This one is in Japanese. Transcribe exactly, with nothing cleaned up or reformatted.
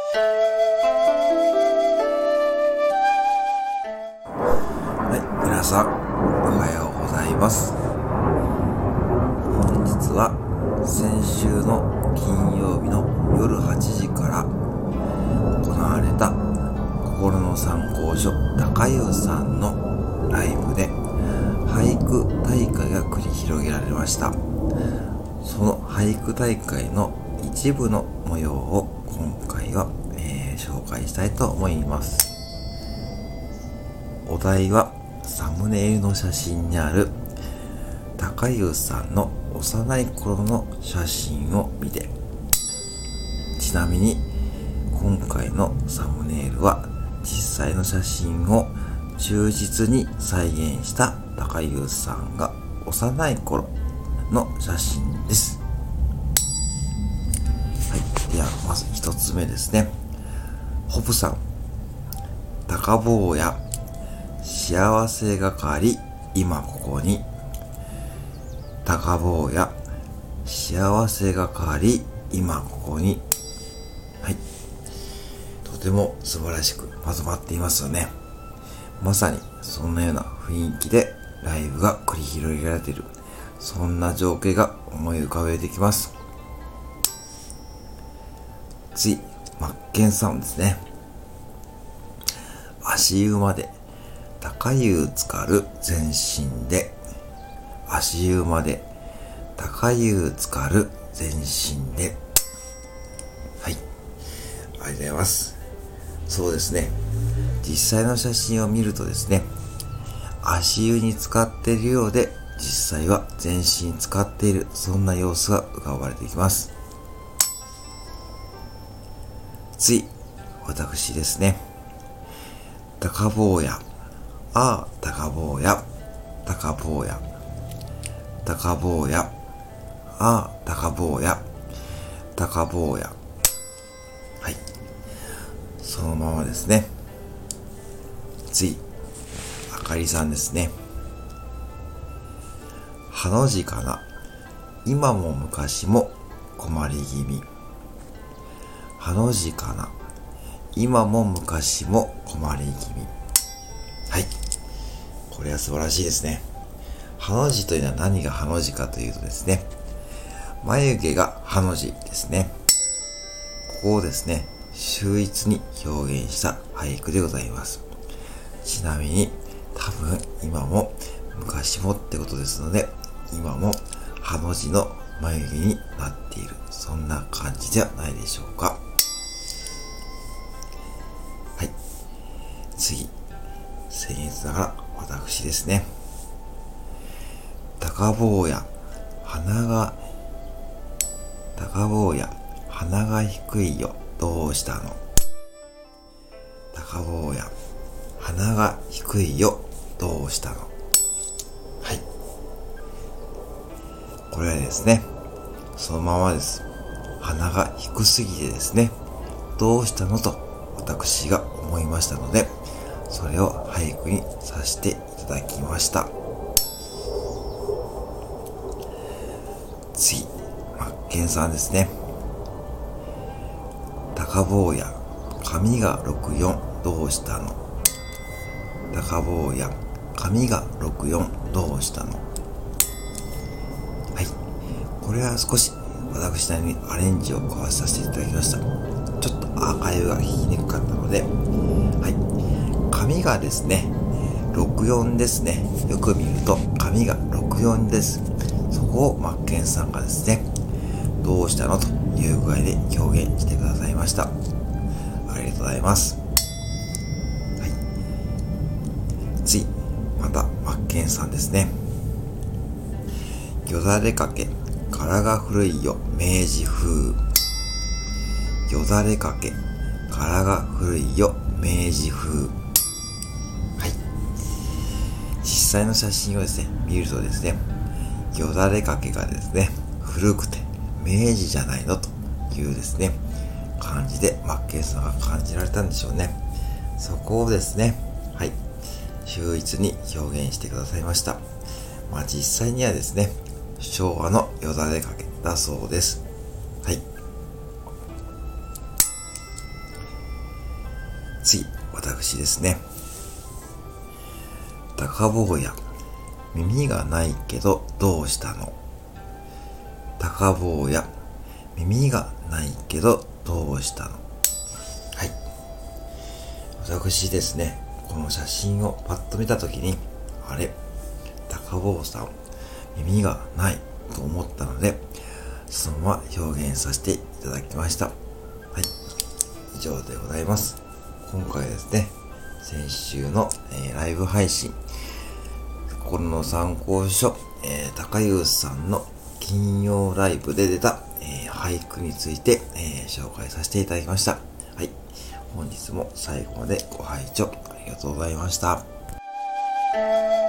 はい、皆さんおはようございます。本日は先週の金曜日の夜はちじから行われた心の参考書高湯さんのライブで俳句大会が繰り広げられました。その俳句大会の一部の模様を今回は、えー、紹介したいと思います。お題はサムネイルの写真にある高湯さんの幼い頃の写真を見て、ちなみに今回のサムネイルは実際の写真を忠実に再現した高湯さんが幼い頃の写真です。はい、ではまず一つ目ですね。ホプさん、高坊や幸せがかり今ここに。高坊や幸せがかり今ここに。はい、とても素晴らしくまとまっていますよね。まさにそんなような雰囲気でライブが繰り広げられている、そんな情景が思い浮かべてきます。次、マッケンさんですね。足湯まで高湯浸かる全身で。足湯まで高湯浸かる全身で。はい、ありがとうございます。そうですね、実際の写真を見るとですね、足湯に浸かっているようで、実際は全身浸かっている、そんな様子が浮かばれていきます。次、私ですね。高坊や、ああ高坊や、高坊や、高坊や、ああ高坊や、高坊や。はい、そのままですね。次、あかりさんですね。はの字かな、今も昔も困り気味。はの字かな、今も昔も困り気味。はい、これは素晴らしいですね。はの字というのは何がはの字かというとですね、眉毛がはの字ですね。ここをですね、秀逸に表現した俳句でございます。ちなみに多分今も昔もってことですので、今もはの字の眉毛になっている、そんな感じではないでしょうか。はい、次、僭越ながら私ですね。高坊や鼻が高坊や鼻が低いよどうしたの。高坊や鼻が低いよどうしたの。はい、これはですね、そのままです。鼻が低すぎてですね、どうしたのと私が思いましたので、それを俳句にさせていただきました。次、マッケンさんですね。高坊や髪がろくじゅうよんどうしたの。高坊や髪がろくじゅうよんどうしたの。はい、これは少し私なりにアレンジを加えさせていただきました。ちょっとアーカイブが弾きにくかったので、はい、髪がですねろくじゅうよんですね。よく見ると髪がろくじゅうよんです。そこをマッケンさんがですね、どうしたのという具合で表現してくださいました。ありがとうございます。はい、次、またマッケンさんですね。よだれかけ殻が古いよ明治風。よだれかけ殻が古いよ明治風。はい、実際の写真をですね見るとですね、よだれかけがですね古くて明治じゃないのというですね感じでマッケンさんが感じられたんでしょうね。そこをですね、はい、秀逸に表現してくださいました。まあ実際にはですね、昭和のよだれかけだそうです。はい。 次、私ですね。高坊や、耳がないけどどうしたの？高坊や、耳がないけどどうしたの？はい。私ですね、この写真をパッと見たときに、あれ、高坊さん、耳がないと思ったので、そのまま表現させていただきました。はい。以上でございます。今回ですね、先週の、えー、ライブ配信、心の参考書、えー、高優さんの金曜ライブで出た、えー、俳句について、えー、紹介させていただきました。はい。本日も最後までご拝聴ありがとうございました。